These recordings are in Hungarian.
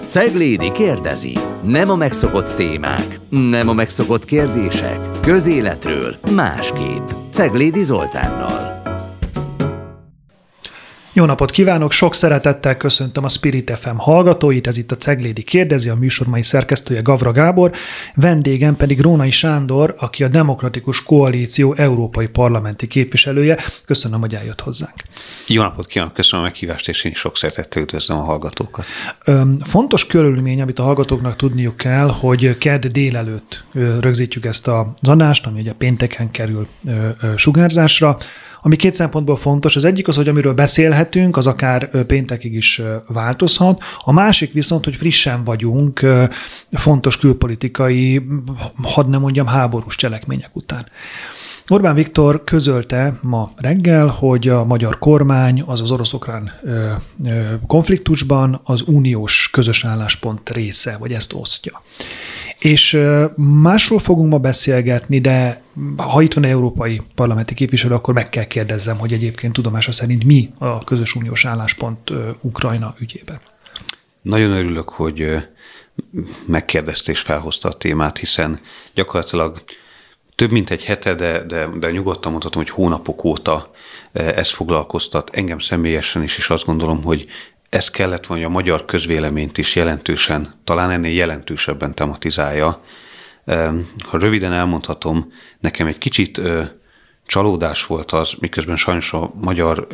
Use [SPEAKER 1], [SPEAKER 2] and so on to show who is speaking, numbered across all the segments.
[SPEAKER 1] Ceglédi kérdezi. Nem a megszokott témák, nem a megszokott kérdések. Közéletről másképp. Ceglédi Zoltánnal.
[SPEAKER 2] Jó napot kívánok! Sok szeretettel köszöntöm a Spirit FM hallgatóit, ez itt a Ceglédi kérdezi, a műsor mai szerkesztője Gavra Gábor, vendégem pedig Rónai Sándor, aki a Demokratikus Koalíció európai parlamenti képviselője. Köszönöm, hogy eljött hozzánk.
[SPEAKER 3] Jó napot kívánok, köszönöm a meghívást, és én sok szeretettel üdvözlöm a hallgatókat.
[SPEAKER 2] Fontos körülmény, amit a hallgatóknak tudniuk kell, hogy kedd délelőtt rögzítjük ezt az adást, ami ugye pénteken kerül sugárzásra. Ami két szempontból fontos, az egyik az, hogy amiről beszélhetünk, az akár péntekig is változhat. A másik viszont, hogy frissen vagyunk fontos külpolitikai, hadd nem mondjam, háborús cselekmények után. Orbán Viktor közölte ma reggel, hogy a magyar kormány az orosz-ukrán konfliktusban az uniós közös álláspont része, vagy ezt osztja. És másról fogunk ma beszélgetni, de ha itt van egy európai parlamenti képviselő, akkor meg kell kérdezzem, hogy egyébként tudomása szerint mi a közös uniós álláspont Ukrajna ügyében.
[SPEAKER 3] Nagyon örülök, hogy megkérdezte és felhozta a témát, hiszen gyakorlatilag több mint egy hete, de nyugodtan mondhatom, hogy hónapok óta ez foglalkoztat engem személyesen is, és azt gondolom, hogy ez kellett volna, hogy a magyar közvéleményt is jelentősen, talán ennél jelentősebben tematizálja. Ha röviden elmondhatom, nekem egy kicsit csalódás volt az, miközben sajnos a magyar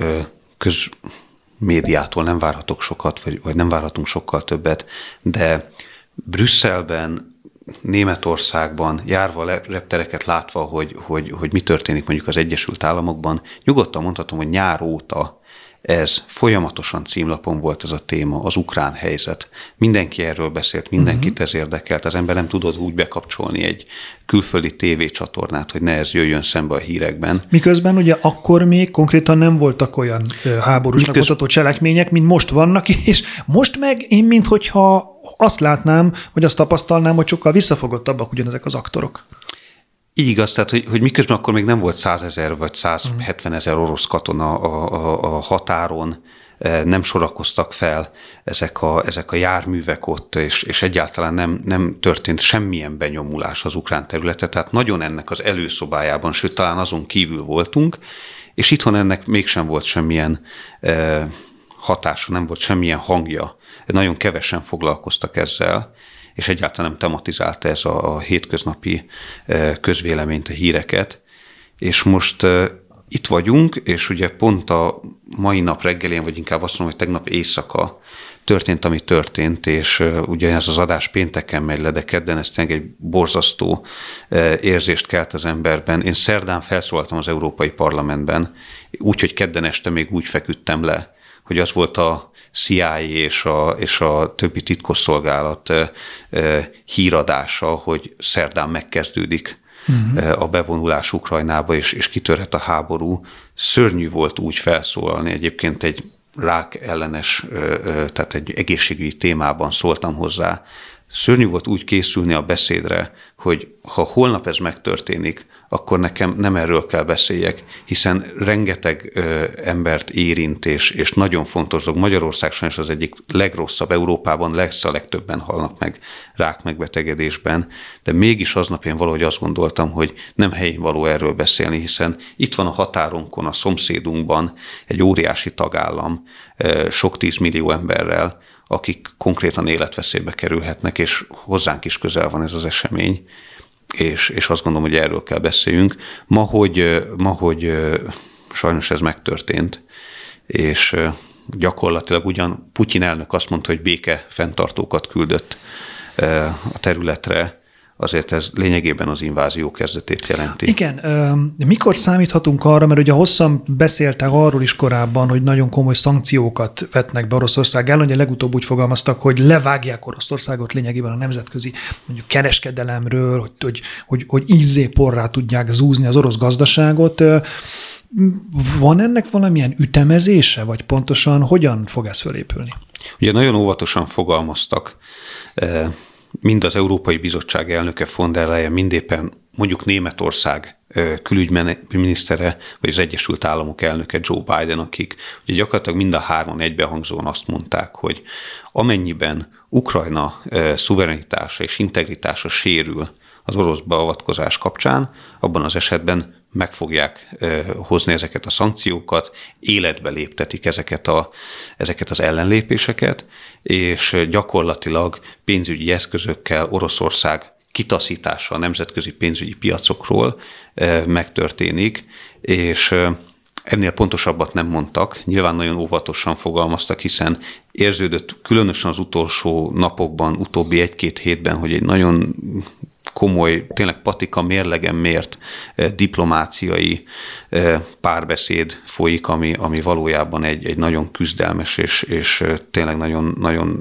[SPEAKER 3] közmédiától nem várhatok sokat, vagy nem várhatunk sokkal többet, de Brüsszelben, Németországban járva, reptereket látva, hogy mi történik mondjuk az Egyesült Államokban, nyugodtan mondhatom, hogy nyár óta ez folyamatosan címlapon volt ez a téma, az ukrán helyzet. Mindenki erről beszélt, mindenkit ez érdekelt, az ember nem tudott úgy bekapcsolni egy külföldi tévécsatornát, hogy ne ez jöjjön szembe a hírekben.
[SPEAKER 2] Miközben ugye akkor még konkrétan nem voltak olyan háborúsnak mutató cselekmények, mint most vannak, és most meg én minthogyha azt látnám, vagy azt tapasztalnám, hogy sokkal visszafogottabbak ugyanezek az aktorok.
[SPEAKER 3] Így igaz, tehát, hogy miközben akkor még nem volt 100 000 vagy 170 000 orosz katona a határon, nem sorakoztak fel ezek a járművek ott, és egyáltalán nem történt semmilyen benyomulás az ukrán területe, tehát nagyon ennek az előszobájában, sőt, talán azon kívül voltunk, és itthon ennek mégsem volt semmilyen hatása, nem volt semmilyen hangja. Nagyon kevesen foglalkoztak ezzel, és egyáltalán nem tematizálta ez a hétköznapi közvéleményt, a híreket. És most itt vagyunk, és ugye pont a mai nap reggelén, vagy inkább azt mondom, hogy tegnap éjszaka történt, ami történt, és ugye ez az adás pénteken megy le, de kedden ez tényleg egy borzasztó érzést kelt az emberben. Én szerdán felszólaltam az Európai Parlamentben, úgyhogy kedden este még úgy feküdtem le, hogy az volt a CIA és a többi titkosszolgálat híradása, hogy szerdán megkezdődik a bevonulás Ukrajnába, és kitörhet a háború. Szörnyű volt úgy felszólalni, egyébként egy rák ellenes, tehát egy egészségügyi témában szóltam hozzá. Szörnyű volt úgy készülni a beszédre, hogy ha holnap ez megtörténik, akkor nekem nem erről kell beszéljek, hiszen rengeteg embert érint, és nagyon fontos dolog. Magyarország sajnos az egyik legrosszabb, Európában lesz a legtöbben halnak meg rák megbetegedésben, de mégis aznap én valahogy azt gondoltam, hogy nem helyén való erről beszélni, hiszen itt van a határunkon, a szomszédunkban egy óriási tagállam, sok 10 millió emberrel, akik konkrétan életveszélybe kerülhetnek, és hozzánk is közel van ez az esemény, és azt gondolom, hogy erről kell beszéljünk. Ma, hogy sajnos ez megtörtént, és gyakorlatilag ugyan Putyin elnök azt mondta, hogy béke fenntartókat küldött a területre, azért ez lényegében az invázió kezdetét jelenti.
[SPEAKER 2] Igen, mikor számíthatunk arra, mert ugye hosszan beszéltek arról is korábban, hogy nagyon komoly szankciókat vetnek be Oroszország ellen, ugye legutóbb úgy fogalmaztak, hogy levágják Oroszországot lényegében a nemzetközi mondjuk kereskedelemről, hogy ízzéporrá tudják zúzni az orosz gazdaságot. Van ennek valamilyen ütemezése, vagy pontosan hogyan fog ez fölépülni?
[SPEAKER 3] Ugye nagyon óvatosan fogalmaztak, mind az Európai Bizottság elnöke von der Leyen, mind éppen mondjuk Németország külügyminisztere, vagy az Egyesült Államok elnöke Joe Biden, akik ugye gyakorlatilag mind a hárman egybehangzóan azt mondták, hogy amennyiben Ukrajna szuverenitása és integritása sérül az orosz beavatkozás kapcsán, abban az esetben meg fogják hozni ezeket a szankciókat, életbe léptetik ezeket az ellenlépéseket, és gyakorlatilag pénzügyi eszközökkel Oroszország kitaszítása a nemzetközi pénzügyi piacokról megtörténik, és ennél pontosabbat nem mondtak, nyilván nagyon óvatosan fogalmaztak, hiszen érződött különösen az utolsó napokban, utóbbi 1-2 hétben, hogy egy nagyon komoly, tényleg patika mérlegen mért diplomáciai párbeszéd folyik, ami valójában egy nagyon küzdelmes és tényleg nagyon, nagyon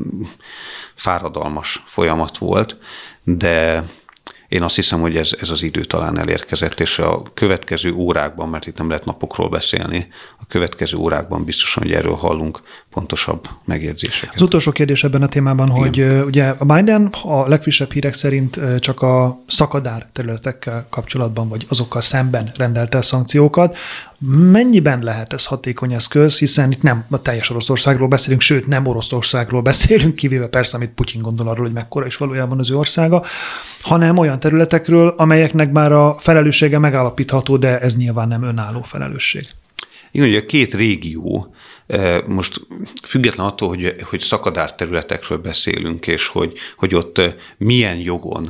[SPEAKER 3] fáradalmas folyamat volt, de én azt hiszem, hogy ez az idő talán elérkezett, és a következő órákban, mert itt nem lehet napokról beszélni, a következő órákban biztosan, hogy erről hallunk pontosabb megjegyzéseket.
[SPEAKER 2] Az utolsó kérdés ebben a témában, igen, hogy ugye a Biden a legfrissebb hírek szerint csak a szakadár területekkel kapcsolatban, vagy azokkal szemben rendelte a szankciókat. Mennyiben lehet ez hatékony eszköz, hiszen itt nem a teljes Oroszországról beszélünk, sőt nem Oroszországról beszélünk, kivéve persze, amit Putyin gondol arról, hogy mekkora is valójában az ő országa, hanem olyan területekről, amelyeknek már a felelőssége megállapítható, de ez nyilván nem önálló felelősség.
[SPEAKER 3] Igen, ugye a két régió, most független attól, hogy szakadár területekről beszélünk, és hogy ott milyen jogon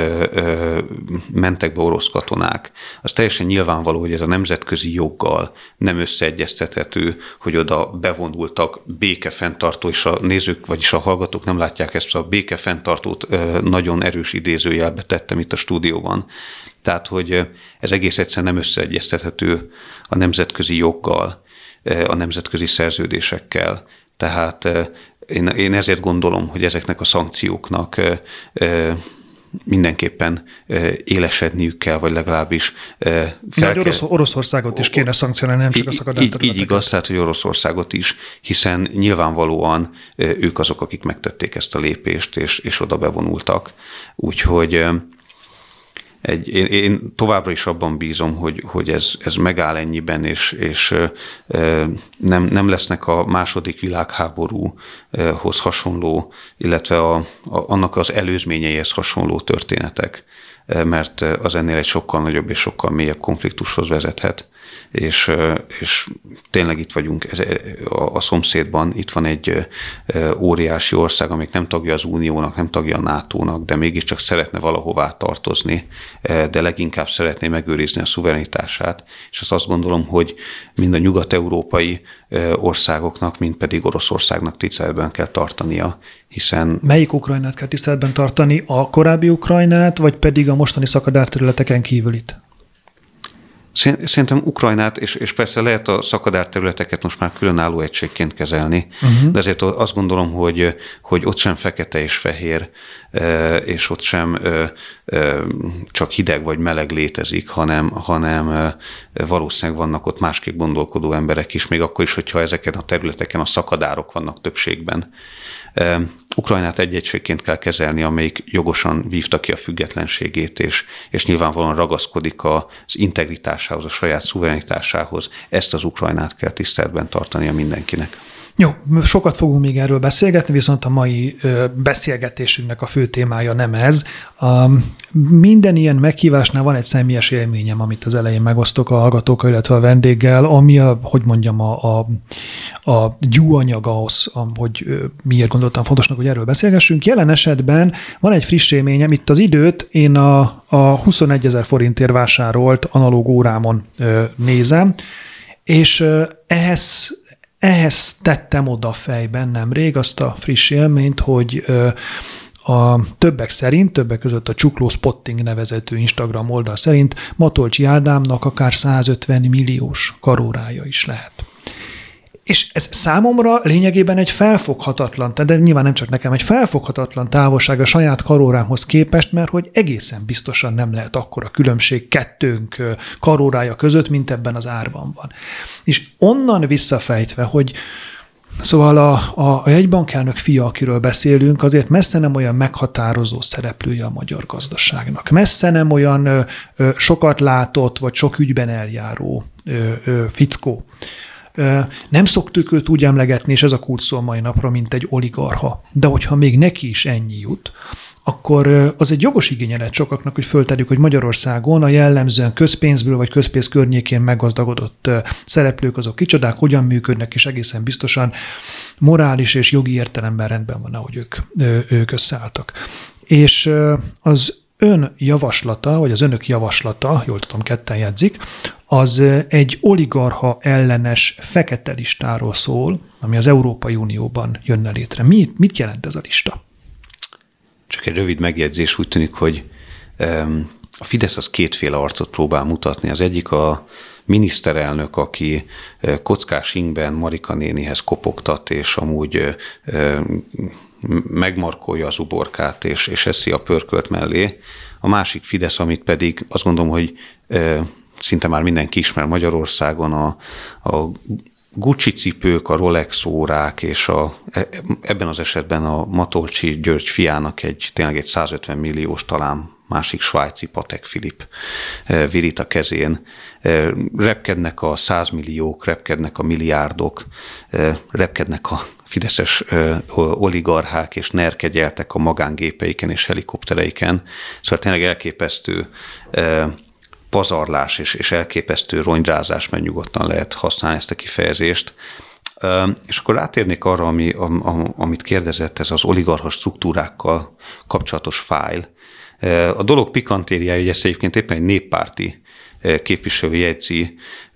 [SPEAKER 3] mentek be orosz katonák, az teljesen nyilvánvaló, hogy ez a nemzetközi joggal nem összeegyeztethető, hogy oda bevonultak békefenntartó, és a nézők, vagyis a hallgatók nem látják ezt, a békefenntartót nagyon erős idézőjelbe tettem itt a stúdióban. Tehát, hogy ez egész egyszerűen nem összeegyeztethető a nemzetközi joggal, a nemzetközi szerződésekkel. Tehát én ezért gondolom, hogy ezeknek a szankcióknak mindenképpen élesedniük kell, vagy legalábbis fel kell.
[SPEAKER 2] Oroszországot is kéne szankcionálni, nem csak a szakadár területeket.
[SPEAKER 3] Így igaz, tehát, hogy Oroszországot is, hiszen nyilvánvalóan ők azok, akik megtették ezt a lépést, és oda bevonultak. Úgyhogy én továbbra is abban bízom, hogy ez megáll ennyiben, és nem lesznek a második világháborúhoz hasonló, illetve annak az előzményeihez hasonló történetek, mert az ennél egy sokkal nagyobb és sokkal mélyebb konfliktushoz vezethet. És tényleg itt vagyunk a szomszédban, itt van egy óriási ország, amelyik nem tagja az Uniónak, nem tagja a NATO-nak, de mégiscsak szeretne valahová tartozni, de leginkább szeretné megőrizni a szuverenitását, és azt gondolom, hogy mind a nyugat-európai országoknak, mind pedig Oroszországnak tiszteletben kell tartania, hiszen...
[SPEAKER 2] Melyik Ukrajnát kell tiszteletben tartani? A korábbi Ukrajnát, vagy pedig a mostani szakadár területeken kívülit?
[SPEAKER 3] Szerintem Ukrajnát, és persze lehet a szakadár területeket most már különálló egységként kezelni, de ezért azt gondolom, hogy ott sem fekete és fehér, és ott sem csak hideg vagy meleg létezik, hanem valószínűleg vannak ott másképp gondolkodó emberek is, még akkor is, hogyha ezeken a területeken a szakadárok vannak többségben. Ukrajnát egy egységként kell kezelni, amelyik jogosan vívta ki a függetlenségét, és nyilvánvalóan ragaszkodik az integritásához, a saját szuverenitásához. Ezt az Ukrajnát kell tiszteletben tartania mindenkinek.
[SPEAKER 2] Jó, sokat fogunk még erről beszélgetni, viszont a mai beszélgetésünknek a fő témája nem ez. Minden ilyen meghívásnál van egy személyes élményem, amit az elején megosztok a hallgatókkal, illetve a vendéggel, ami a gyúanyag ahhoz, hogy miért gondoltam fontosnak, hogy erről beszélgessünk. Jelen esetben van egy friss élményem, itt az időt én a 21 000 forintért vásárolt analóg órámon nézem, és ehhez tettem oda fejben nemrég azt a friss élményt, hogy a többek között a Csukló Spotting nevezetű Instagram oldal szerint Matolcsy Ádámnak akár 150 milliós karórája is lehet. És ez számomra lényegében egy felfoghatatlan, de nyilván nem csak nekem, egy felfoghatatlan távolság a saját karórámhoz képest, mert hogy egészen biztosan nem lehet akkora különbség kettőnk karórája között, mint ebben az árban van. És onnan visszafejtve, hogy Szóval a jegybankelnök fia, akiről beszélünk, azért messze nem olyan meghatározó szereplője a magyar gazdaságnak. Messze nem olyan sokat látott, vagy sok ügyben eljáró fickó. Nem szoktuk őt úgy emlegetni, és ez a kulcs szó mai napra, mint egy oligarcha. De hogyha még neki is ennyi jut, akkor az egy jogos igénye lett sokaknak, hogy föltegyük, hogy Magyarországon a jellemzően közpénzből vagy közpénz környékén meggazdagodott szereplők azok kicsodák, hogyan működnek, és egészen biztosan morális és jogi értelemben rendben van, ahogy ők összeálltak. És az ön javaslata, vagy az önök javaslata, jól tudom, ketten jegyzik, az egy oligarcha ellenes fekete listáról szól, ami az Európai Unióban jönne létre. Mit jelent ez a lista?
[SPEAKER 3] Csak egy rövid megjegyzés, úgy tűnik, hogy a Fidesz az kétféle arcot próbál mutatni. Az egyik a miniszterelnök, aki kockás ingben Marika nénihez kopogtat, és amúgy megmarkolja az uborkát, és eszi a pörkölt mellé. A másik Fidesz, amit pedig azt gondolom, hogy szinte már mindenki ismer Magyarországon, a Gucci cipők, a Rolex órák, és ebben az esetben a Matolcsy György fiának tényleg egy 150 milliós, talán másik svájci Patek Philippe virít a kezén. Repkednek a 100 milliók, repkednek a milliárdok, repkednek a fideszes oligarchák, és nerkegyeltek a magángépeiken és helikoptereiken. Szóval tényleg elképesztő pazarlás és elképesztő ronyrázás, mert nyugodtan lehet használni ezt a kifejezést. És akkor rátérnék arra, amit kérdezett, ez az oligarcha struktúrákkal kapcsolatos fájl. A dolog pikantériája, hogy ezt egyébként éppen egy néppárti képviselő jegyzi,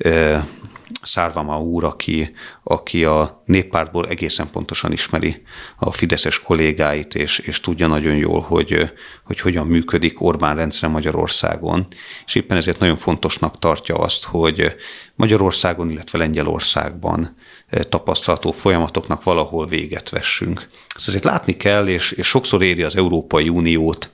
[SPEAKER 3] Szárvama úr, aki a néppártból egészen pontosan ismeri a fideszes kollégáit, és tudja nagyon jól, hogy hogyan működik Orbán rendszer Magyarországon, és éppen ezért nagyon fontosnak tartja azt, hogy Magyarországon, illetve Lengyelországban tapasztalható folyamatoknak valahol véget vessünk. Ezt azért látni kell, és sokszor éri az Európai Uniót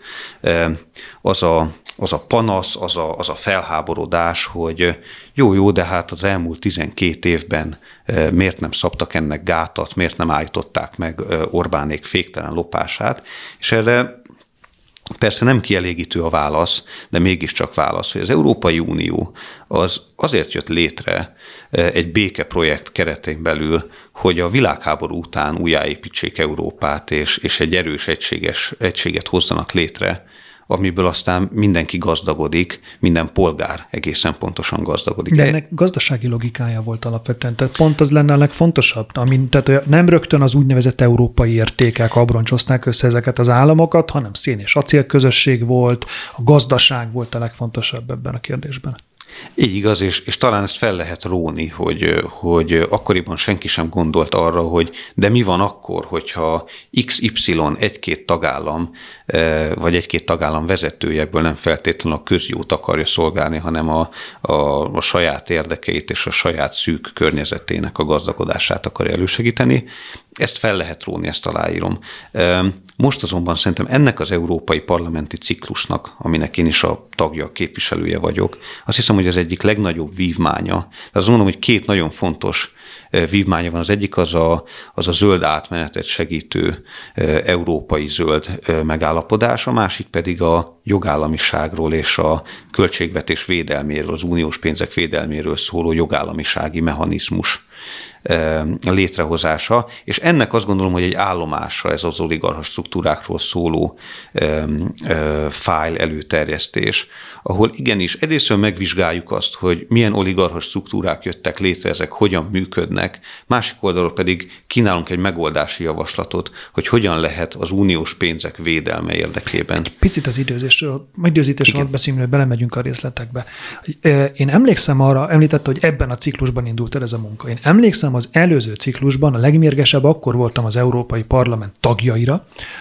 [SPEAKER 3] az a panasz, az a felháborodás, hogy jó, de hát az elmúlt 12 évben miért nem szabtak ennek gátat, miért nem állították meg Orbánék féktelen lopását, és erre persze nem kielégítő a válasz, de mégiscsak válasz, hogy az Európai Unió az azért jött létre egy békeprojekt keretén belül, hogy a világháború után újjáépítsék Európát, és egy erős egységet hozzanak létre, amiből aztán mindenki gazdagodik, minden polgár egészen pontosan gazdagodik.
[SPEAKER 2] De ennek gazdasági logikája volt alapvetően, tehát pont az lenne a legfontosabb, tehát nem rögtön az úgynevezett európai értékek abroncsozták össze ezeket az államokat, hanem szén és acélközösség volt, a gazdaság volt a legfontosabb ebben a kérdésben.
[SPEAKER 3] Így igaz, és talán ezt fel lehet róni, hogy akkoriban senki sem gondolt arra, hogy de mi van akkor, hogyha XY egy-két tagállam, vagy egy-két tagállam vezetője ebből nem feltétlenül a közjót akarja szolgálni, hanem a saját érdekeit és a saját szűk környezetének a gazdagodását akarja elősegíteni. Ezt fel lehet róni, ezt aláírom. Most azonban szerintem ennek az európai parlamenti ciklusnak, aminek én is a tagja, képviselője vagyok, azt hiszem, hogy az egyik legnagyobb vívmánya. Tehát azt mondom, hogy két nagyon fontos vívmánya van. Az egyik az a zöld átmenetet segítő európai zöld megállapodás, a másik pedig a jogállamiságról és a költségvetés védelméről, az uniós pénzek védelméről szóló jogállamisági mechanizmus létrehozása, és ennek azt gondolom, hogy egy állomása ez az oligarcha struktúrákról szóló fájl előterjesztés, ahol igenis egyrésztről megvizsgáljuk azt, hogy milyen oligarcha struktúrák jöttek létre, ezek hogyan működnek, másik oldalról pedig kínálunk egy megoldási javaslatot, hogy hogyan lehet az uniós pénzek védelme érdekében.
[SPEAKER 2] Egy picit az időzítésről ott beszélünk, hogy belemegyünk a részletekbe. Én emlékszem arra, említette, hogy ebben a ciklusban indult el ez a munka. Én emlékszem az előző ciklusban, a legmérgesebb akkor voltam az Európai Parlament tagjaira,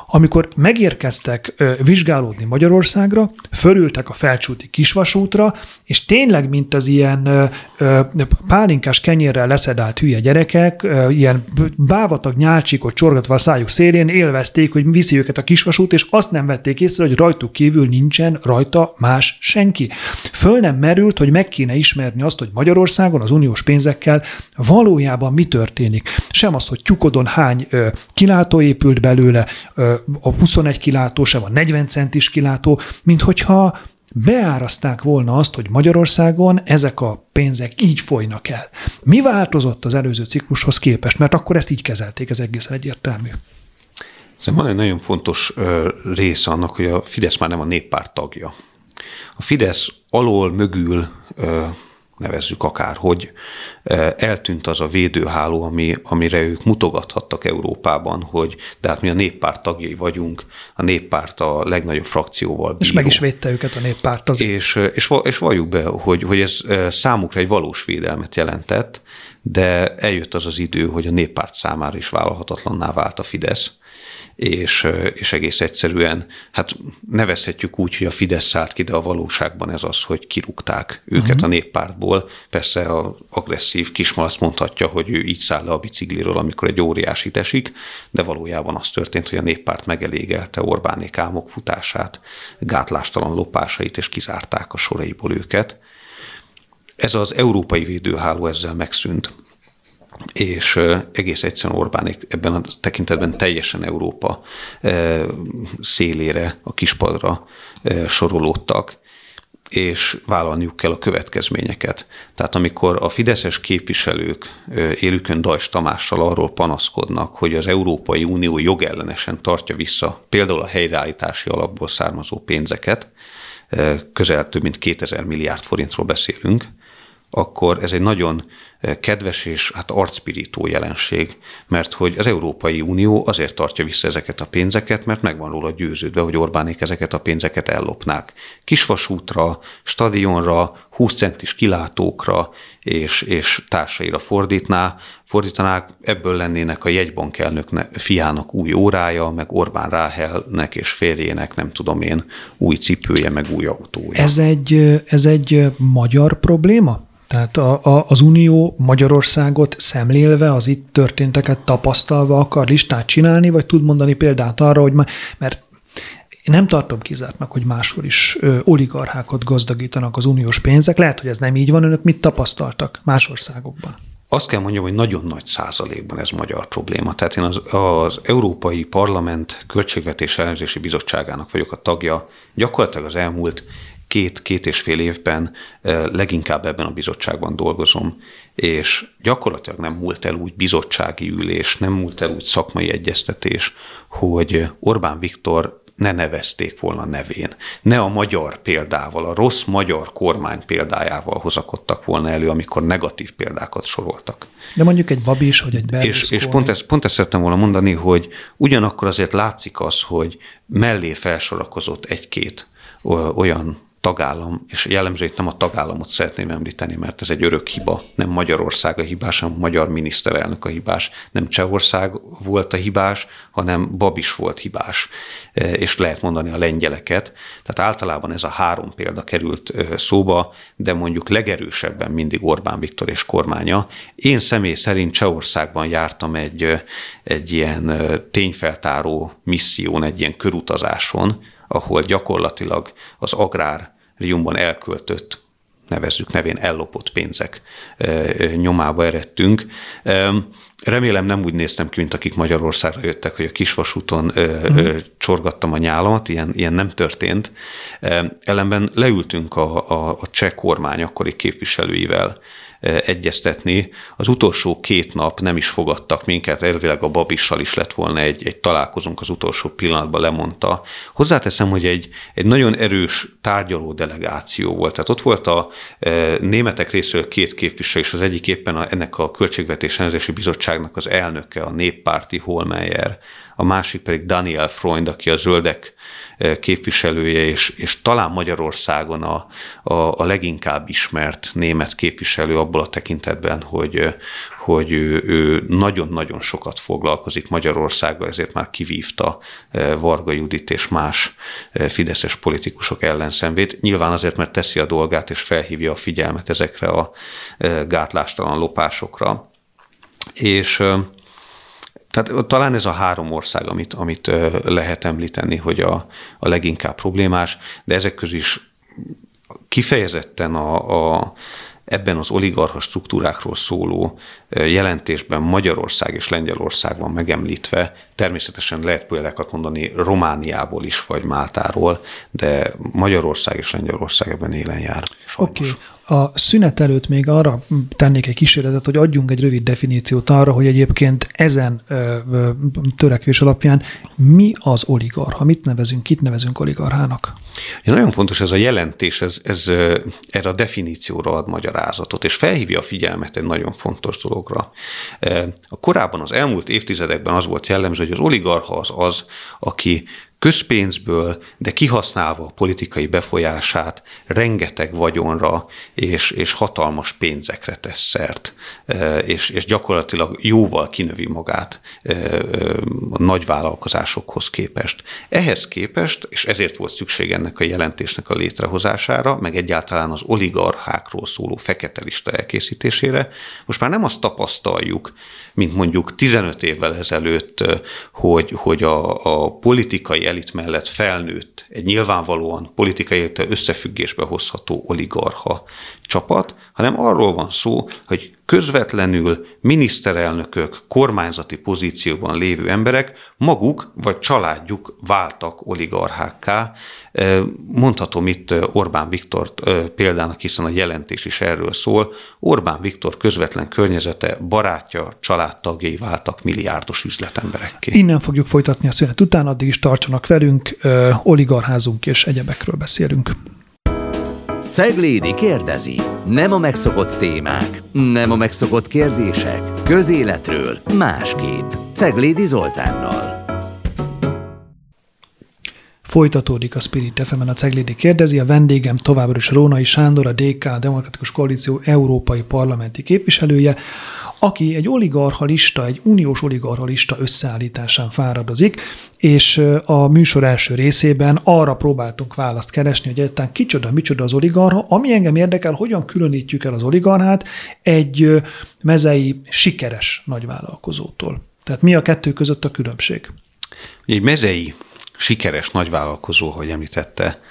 [SPEAKER 2] amikor megérkeztek vizsgálódni Magyarországra, fölültek a Felcsúti kisvasútra, és tényleg, mint az ilyen pálinkás kenyérrel leszedált hülye gyerekek, ilyen bávatag nyálcsikot csorgatva a szájuk szélén élvezték, hogy viszi őket a kisvasút, és azt nem vették észre, hogy rajtuk kívül nincsen rajta más senki. Föl nem merült, hogy meg kéne ismerni azt, hogy Magyarországon az uniós pénzekkel valójában mi történik. Sem az, hogy tyukodon hány kilátó épült belőle, a 21 kilátó, sem a 40 centis kilátó, mint hogyha beárazták volna azt, hogy Magyarországon ezek a pénzek így folynak el. Mi változott az előző ciklushoz képest? Mert akkor ezt így kezelték, ez egészen egyértelmű.
[SPEAKER 3] Van egy nagyon fontos része annak, hogy a Fidesz már nem a Néppárt tagja. A Fidesz alól, mögül, nevezzük akárhogy, eltűnt az a védőháló, amire ők mutogathattak Európában, hogy de hát mi a Néppárt tagjai vagyunk, a Néppárt a legnagyobb frakcióval bíró.
[SPEAKER 2] És meg is védte őket a Néppárt azért.
[SPEAKER 3] És valljuk be, hogy ez számukra egy valós védelmet jelentett, de eljött az az idő, hogy a Néppárt számára is vállalhatatlanná vált a Fidesz, és egész egyszerűen, hát nevezhetjük úgy, hogy a Fidesz szállt ki, de a valóságban ez az, hogy kirúgták őket a Néppártból. Persze az agresszív kismalac mondhatja, hogy ő így száll le a bicikliről, amikor egy óriásit esik, de valójában az történt, hogy a Néppárt megelégelte Orbánék álmok futását, gátlástalan lopásait, és kizárták a soraiból őket. Ez az európai védőháló ezzel megszűnt. És egész egyszerűen Orbánék ebben a tekintetben teljesen Európa szélére, a kispadra sorolódtak, és vállalniuk kell a következményeket. Tehát amikor a fideszes képviselők élükön Dajs Tamással arról panaszkodnak, hogy az Európai Unió jogellenesen tartja vissza például a helyreállítási alapból származó pénzeket, közel több mint 2000 milliárd forintról beszélünk, akkor ez egy nagyon kedves és hát arcpirító jelenség, mert hogy az Európai Unió azért tartja vissza ezeket a pénzeket, mert meg van róla győződve, hogy Orbánék ezeket a pénzeket ellopnák. Kisvasútra, stadionra, 20 centis kilátókra és társaira fordítanák, ebből lennének a jegybankelnök fiának új órája, meg Orbán Ráhelnek és férjének, nem tudom én, új cipője, meg új autója.
[SPEAKER 2] Ez egy magyar probléma? Tehát az Unió Magyarországot szemlélve, az itt történteket tapasztalva akar listát csinálni, vagy tud mondani példát arra, hogy mert én nem tartom kizártnak, hogy máshol is oligarchákat gazdagítanak az uniós pénzek. Lehet, hogy ez nem így van, önök mit tapasztaltak más országokban?
[SPEAKER 3] Azt kell mondjam, hogy nagyon nagy százalékban ez magyar probléma. Tehát én az Európai Parlament Költségvetés Ellenőrzési Bizottságának vagyok a tagja. Gyakorlatilag az elmúlt két és fél évben leginkább ebben a bizottságban dolgozom, és gyakorlatilag nem múlt el úgy bizottsági ülés, nem múlt el úgy szakmai egyeztetés, hogy Orbán Viktor ne nevezték volna nevén, ne a magyar példával, a rossz magyar kormány példájával hozakodtak volna elő, amikor negatív példákat soroltak.
[SPEAKER 2] De mondjuk egy Babis, vagy egy Berlusconi.
[SPEAKER 3] És pont ezt szerettem volna mondani, hogy ugyanakkor azért látszik az, hogy mellé felsorakozott egy-két olyan tagállam, és jellemzően nem a tagállamot szeretném említeni, mert ez egy örök hiba, nem Magyarország a hibás, hanem a magyar miniszterelnök a hibás, nem Csehország volt a hibás, hanem Babis volt hibás, és lehet mondani a lengyeleket. Tehát általában ez a 3 példa került szóba, de mondjuk legerősebben mindig Orbán Viktor és kormánya. Én személy szerint Csehországban jártam egy ilyen tényfeltáró misszión, egy ilyen körutazáson, ahol gyakorlatilag az agráriumban elköltött, nevezzük nevén ellopott pénzek nyomába eredtünk. Remélem nem úgy néztem ki, mint akik Magyarországra jöttek, hogy a kisvasúton csorgattam a nyálamat, ilyen nem történt. Ellenben leültünk a cseh kormány akkori képviselőivel egyeztetni. Az utolsó 2 nap nem is fogadtak minket, elvileg a Babissal is lett volna egy találkozunk, az utolsó pillanatban lemondta. Hozzáteszem, hogy egy nagyon erős tárgyaló delegáció volt. Tehát ott volt a németek részéről 2 képviselő, és az egyik éppen ennek a Költségvetés Ellenőrzési Bizottságnak az elnöke, a néppárti Hohlmeier, a másik pedig Daniel Freund, aki a zöldek képviselője, és talán Magyarországon a leginkább ismert német képviselő abból a tekintetben, hogy ő nagyon-nagyon sokat foglalkozik Magyarországgal, ezért már kivívta Varga Judit és más fideszes politikusok ellenszenvét. Nyilván azért, mert teszi a dolgát, és felhívja a figyelmet ezekre a gátlástalan lopásokra. És tehát talán ez a 3 ország, amit lehet említeni, hogy a leginkább problémás, de ezek közül is kifejezetten ebben az oligarcha struktúrákról szóló jelentésben Magyarország és Lengyelország van megemlítve. Természetesen lehet példákat mondani Romániából is, vagy Máltáról, de Magyarország és Lengyelország ebben élen jár.
[SPEAKER 2] Oké. A szünet előtt még arra tennék egy kísérletet, hogy adjunk egy rövid definíciót arra, hogy egyébként ezen törekvés alapján mi az oligarcha? Kit nevezünk oligarchának?
[SPEAKER 3] Ja, nagyon fontos ez a jelentés, ez erre a definícióra ad magyarázatot, és felhívja a figyelmet egy nagyon fontos dologra. Korábban az elmúlt évtizedekben az volt jellemző, hogy az oligarcha az, aki közpénzből, de kihasználva a politikai befolyását rengeteg vagyonra és hatalmas pénzekre tesz szert, és gyakorlatilag jóval kinövi magát a nagy vállalkozásokhoz képest. Ehhez képest, és ezért volt szükség ennek a jelentésnek a létrehozására, meg egyáltalán az oligarchákról szóló fekete lista elkészítésére, most már nem azt tapasztaljuk, mint mondjuk 15 évvel ezelőtt, hogy a politikai elit mellett felnőtt egy nyilvánvalóan politikai összefüggésbe hozható oligarcha csapat, hanem arról van szó, hogy közvetlenül miniszterelnökök, kormányzati pozícióban lévő emberek maguk vagy családjuk váltak oligarchákká. Mondhatom itt Orbán Viktort példának, hiszen a jelentés is erről szól. Orbán Viktor közvetlen környezete, barátja, családtagjai váltak milliárdos üzletemberekké.
[SPEAKER 2] Innen fogjuk folytatni a szünet után, addig is tartsanak velünk, oligarcházunk és egyebekről beszélünk.
[SPEAKER 1] Ceglédi kérdezi. Nem a megszokott témák, nem a megszokott kérdések, közéletről másképp. Ceglédi Zoltánnal.
[SPEAKER 2] Folytatódik a Spirit FM-en a Ceglédi kérdezi. A vendégem továbbra is Rónai Sándor, a DK, a Demokratikus Koalíció európai parlamenti képviselője, aki egy oligarcha lista, egy uniós oligarcha lista összeállításán fáradozik, és a műsor első részében arra próbáltunk választ keresni, hogy egyáltalán micsoda az oligarcha, ami engem érdekel, hogyan különítjük el az oligarchát egy mezei sikeres nagyvállalkozótól. Tehát mi a kettő között a különbség?
[SPEAKER 3] Egy mezei sikeres nagyvállalkozó, hogy említette,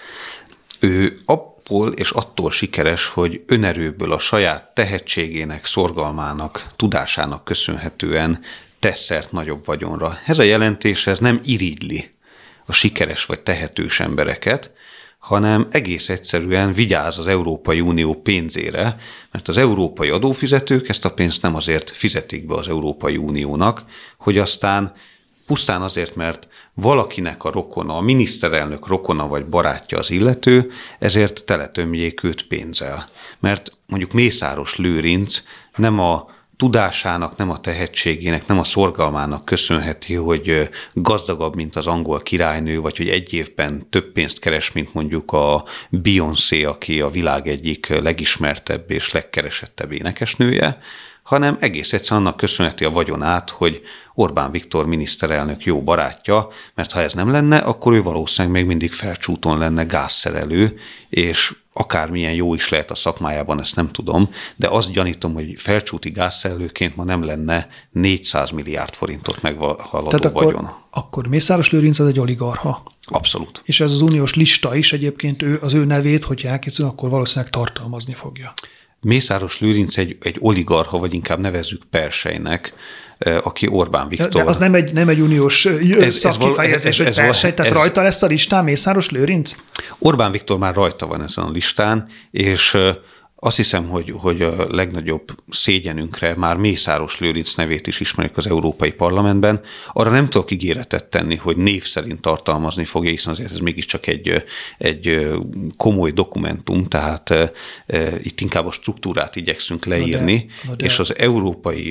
[SPEAKER 3] ő abból és attól sikeres, hogy önerőből a saját tehetségének, szorgalmának, tudásának köszönhetően tesz szert nagyobb vagyonra. Ez a jelentés nem irigyli a sikeres vagy tehetős embereket, hanem egész egyszerűen vigyáz az Európai Unió pénzére, mert az európai adófizetők ezt a pénzt nem azért fizetik be az Európai Uniónak, hogy aztán pusztán azért, mert valakinek a rokona, a miniszterelnök rokona vagy barátja az illető, ezért teletömjék őt pénzzel. Mert mondjuk Mészáros Lőrinc nem a tudásának, nem a tehetségének, nem a szorgalmának köszönheti, hogy gazdagabb, mint az angol királynő, vagy hogy egy évben több pénzt keres, mint mondjuk a Beyoncé, aki a világ egyik legismertebb és legkeresettebb énekesnője, hanem egész egyszerűen annak köszönheti a vagyonát, hogy Orbán Viktor miniszterelnök jó barátja, mert ha ez nem lenne, akkor ő valószínűleg még mindig felcsúton lenne gázszerelő, és akármilyen jó is lehet a szakmájában, ezt nem tudom, de azt gyanítom, hogy felcsúti gázszerelőként ma nem lenne 400 milliárd forintot meghaladó vagyon.
[SPEAKER 2] Akkor Mészáros Lőrinc az egy oligarcha.
[SPEAKER 3] Abszolút.
[SPEAKER 2] És ez az uniós lista is egyébként az ő nevét, hogyha elkészül, akkor valószínűleg tartalmazni fogja.
[SPEAKER 3] Mészáros Lőrinc egy oligarcha, vagy inkább nevezzük persejnek, aki Orbán Viktor.
[SPEAKER 2] De az nem egy uniós szakkifejezés, hogy persej, tehát rajta lesz a listán Mészáros Lőrinc?
[SPEAKER 3] Orbán Viktor már rajta van ezen a listán, és azt hiszem, hogy a legnagyobb szégyenünkre már Mészáros Lőrinc nevét is ismerik az Európai Parlamentben. Arra nem tudok ígéretet tenni, hogy név szerint tartalmazni fogja, hiszen azért ez mégiscsak egy komoly dokumentum, tehát itt inkább a struktúrát igyekszünk leírni, és az Európai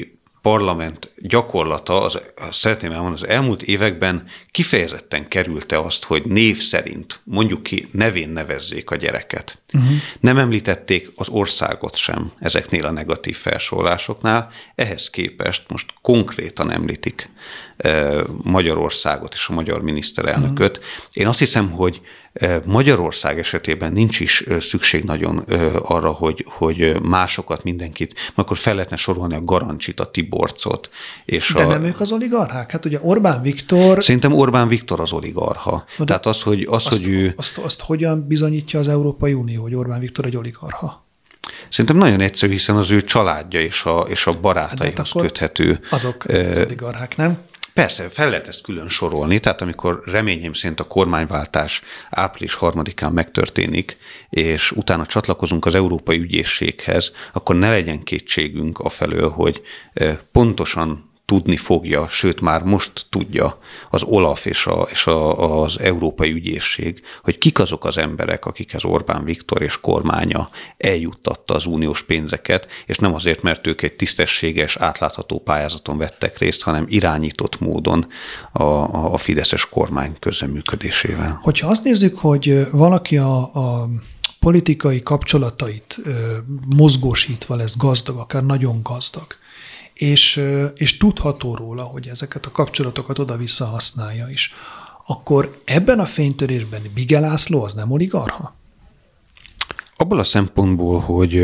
[SPEAKER 3] parlament gyakorlata, szeretném elmondani, az elmúlt években kifejezetten kerülte azt, hogy név szerint, mondjuk ki, nevén nevezzék a gyereket. Nem említették az országot sem ezeknél a negatív felsorolásoknál, ehhez képest most konkrétan említik Magyarországot és a magyar miniszterelnököt. Én azt hiszem, hogy Magyarország esetében nincs is szükség nagyon arra, hogy másokat, mindenkit, mert akkor fel lehetne sorolni a Garancsit, a Tiborcot.
[SPEAKER 2] De nem ők az oligarchák? Hát ugye Orbán Viktor...
[SPEAKER 3] Szerintem Orbán Viktor az oligarcha. Tehát hogy ő...
[SPEAKER 2] Azt hogyan bizonyítja az Európai Unió, hogy Orbán Viktor egy oligarcha?
[SPEAKER 3] Szerintem nagyon egyszerű, hiszen az ő családja és a barátaihoz köthető.
[SPEAKER 2] Azok az oligarchák, nem?
[SPEAKER 3] Persze, fel lehet ezt külön sorolni, tehát amikor reményem szerint a kormányváltás április 3-án megtörténik, és utána csatlakozunk az Európai Ügyészséghez, akkor ne legyen kétségünk afelől, hogy pontosan tudni fogja, sőt már most tudja az OLAF és az Európai Ügyészség, hogy kik azok az emberek, akikhez Orbán Viktor és kormánya eljuttatta az uniós pénzeket, és nem azért, mert ők egy tisztességes, átlátható pályázaton vettek részt, hanem irányított módon a fideszes kormány közreműködésével.
[SPEAKER 2] Hogyha azt nézzük, hogy valaki a politikai kapcsolatait mozgósítva lesz gazdag, akár nagyon gazdag, és tudható róla, hogy ezeket a kapcsolatokat oda-vissza használja is, akkor ebben a fénytörésben Bige László az nem oligarcha?
[SPEAKER 3] Abból a szempontból,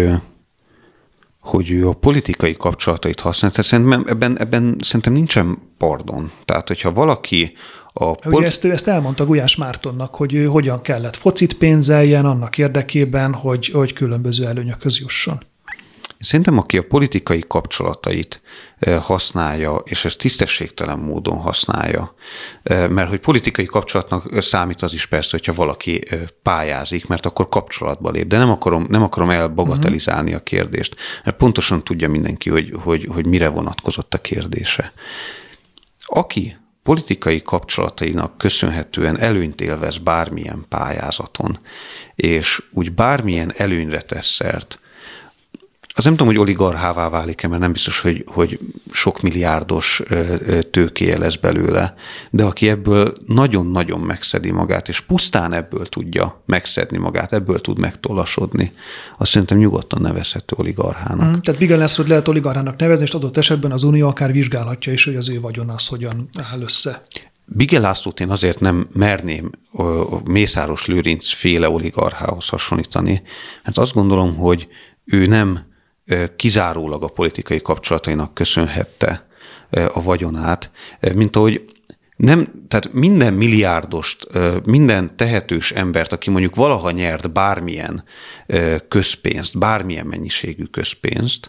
[SPEAKER 3] hogy ő a politikai kapcsolatait használta, szerintem ebben szerintem nincsen pardon. Tehát, hogyha valaki
[SPEAKER 2] ezt elmondta Gulyás Mártonnak, hogy ő hogyan kellett focit pénzeljen annak érdekében, hogy különböző előnyökhöz jusson.
[SPEAKER 3] Szerintem, aki a politikai kapcsolatait használja, és ezt tisztességtelen módon használja, mert hogy politikai kapcsolatnak számít az is persze, hogyha valaki pályázik, mert akkor kapcsolatba lép, de nem akarom elbagatelizálni a kérdést, mert pontosan tudja mindenki, hogy mire vonatkozott a kérdése. Aki politikai kapcsolatainak köszönhetően előnyt élvez bármilyen pályázaton, és úgy bármilyen előnyre tesz szert, az nem tudom, hogy oligarchává válik-e, mert nem biztos, hogy sok milliárdos tőkéje lesz belőle, de aki ebből nagyon-nagyon megszedi magát, és pusztán ebből tudja megszedni magát, ebből tud megtollasodni, azt szerintem nyugodtan nevezhető oligarchának.
[SPEAKER 2] Tehát Bige Lászlót lehet oligarchának nevezni, és adott esetben az Unió akár vizsgálhatja is, hogy az ő vagyon az hogyan áll össze.
[SPEAKER 3] Bige Lászlót én azért nem merném Mészáros Lőrinc féle oligarchához hasonlítani, mert azt gondolom, hogy ő nem kizárólag a politikai kapcsolatainak köszönhette a vagyonát, mint ahogy tehát minden milliárdost, minden tehetős embert, aki mondjuk valaha nyert bármilyen közpénzt, bármilyen mennyiségű közpénzt,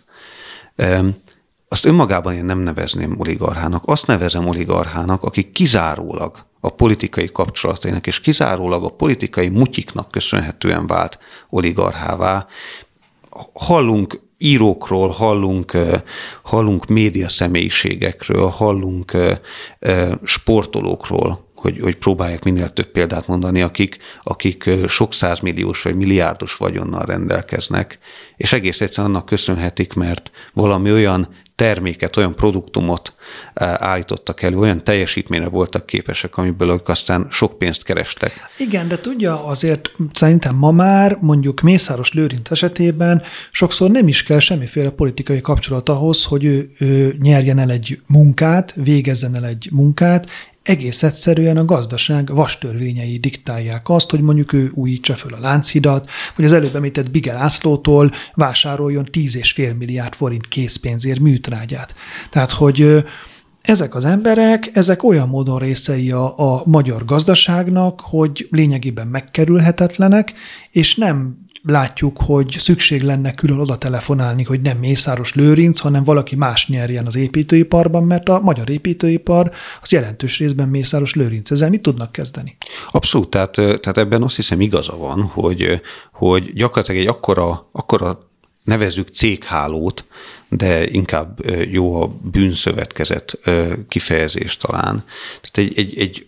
[SPEAKER 3] azt önmagában én nem nevezném oligarchának. Azt nevezem oligarchának, aki kizárólag a politikai kapcsolatainak és kizárólag a politikai mutyiknak köszönhetően vált oligarchává. Hallunk írókról, hallunk média személyiségekről, hallunk sportolókról, hogy próbálják minél több példát mondani, akik sok százmilliós vagy milliárdos vagyonnal rendelkeznek, és egész egyszerűen annak köszönhetik, mert valami olyan terméket, olyan produktumot állítottak elő, olyan teljesítményre voltak képesek, amiből ők aztán sok pénzt kerestek.
[SPEAKER 2] Igen, de tudja, azért szerintem ma már mondjuk Mészáros Lőrinc esetében sokszor nem is kell semmiféle politikai kapcsolat ahhoz, hogy ő nyerjen el egy munkát, végezzen el egy munkát, egész egyszerűen a gazdaság vastörvényei diktálják azt, hogy mondjuk ő újítsa föl a Lánchidat, vagy az előbb említett Bige Lászlótól vásároljon 10,5 milliárd forint készpénzért műtrágyát. Tehát, hogy ezek az emberek, ezek olyan módon részei a magyar gazdaságnak, hogy lényegében megkerülhetetlenek, és nem látjuk, hogy szükség lenne külön oda telefonálni, hogy nem Mészáros Lőrinc, hanem valaki más nyerjen az építőiparban, mert a magyar építőipar az jelentős részben Mészáros Lőrinc. Ezzel mit tudnak kezdeni?
[SPEAKER 3] Abszolút, tehát ebben azt hiszem igaza van, hogy gyakorlatilag egy akkora nevezzük céghálót, de inkább jó a bűnszövetkezet kifejezés talán. Tehát egy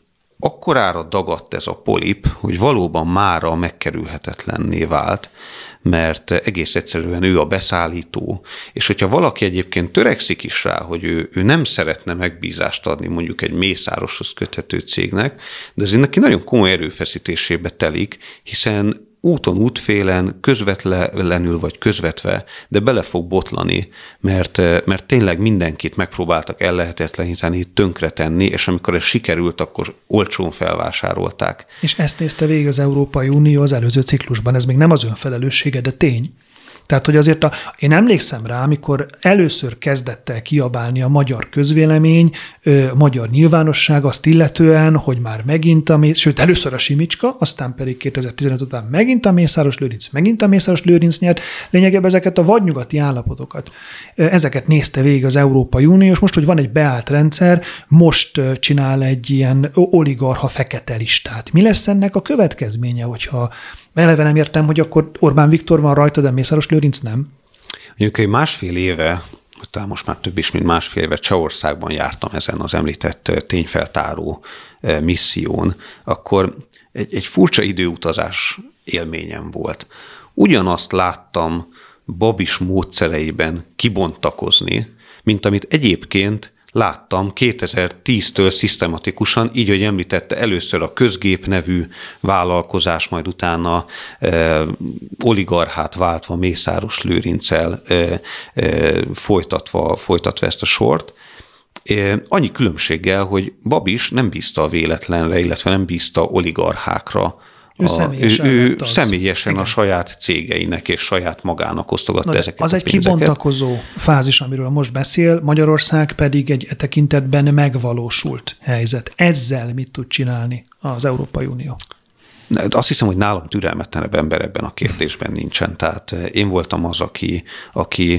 [SPEAKER 3] akkorára dagadt ez a polip, hogy valóban mára megkerülhetetlenné vált, mert egész egyszerűen ő a beszállító, és hogyha valaki egyébként törekszik is rá, hogy ő nem szeretne megbízást adni mondjuk egy Mészároshoz köthető cégnek, de ez neki nagyon komoly erőfeszítésébe telik, hiszen úton, útfélen, közvetlenül vagy közvetve, de bele fog botlani, mert tényleg mindenkit megpróbáltak ellehetetleníteni, tönkretenni, és amikor ez sikerült, akkor olcsón felvásárolták.
[SPEAKER 2] És ezt nézte végig az Európai Unió az előző ciklusban, ez még nem az önfelelőssége, de tény. Tehát, hogy azért én emlékszem rá, amikor először kezdett el kiabálni a magyar közvélemény, a magyar nyilvánosság azt illetően, hogy már megint sőt, először a Simicska, aztán pedig 2015 után megint a Mészáros Lőrinc nyert, lényegében ezeket a vadnyugati állapotokat. Ezeket nézte végig az Európai Unió, és most, hogy van egy beállt rendszer, most csinál egy ilyen oligarcha fekete listát. Mi lesz ennek a következménye, hogyha eleve nem értem, hogy akkor Orbán Viktor van rajta, de Mészáros Lőrinc nem?
[SPEAKER 3] Mondjuk egy másfél éve, talán most már több is, mint másfél éve Csehországban jártam ezen az említett tényfeltáró misszión, akkor egy furcsa időutazás élményem volt. Ugyanazt láttam Babis módszereiben kibontakozni, mint amit egyébként láttam 2010-től szisztematikusan, így, hogy említette, először a Közgép nevű vállalkozás, majd utána oligarchát váltva Mészáros Lőrinccel folytatva ezt a sort. Annyi különbséggel, hogy Babis nem bízta a véletlenre, illetve nem bízta oligarchákra. Ő személyesen a saját cégeinek és saját magának osztogatta ezeket
[SPEAKER 2] az
[SPEAKER 3] a
[SPEAKER 2] egy
[SPEAKER 3] pénzeket.
[SPEAKER 2] kibontakozó fázis, amiről most beszél, Magyarország pedig egy tekintetben megvalósult helyzet. Ezzel mit tud csinálni az Európai Unió?
[SPEAKER 3] Azt hiszem, hogy nálam türelmetlenebb ember ebben a kérdésben nincsen. Tehát én voltam az, aki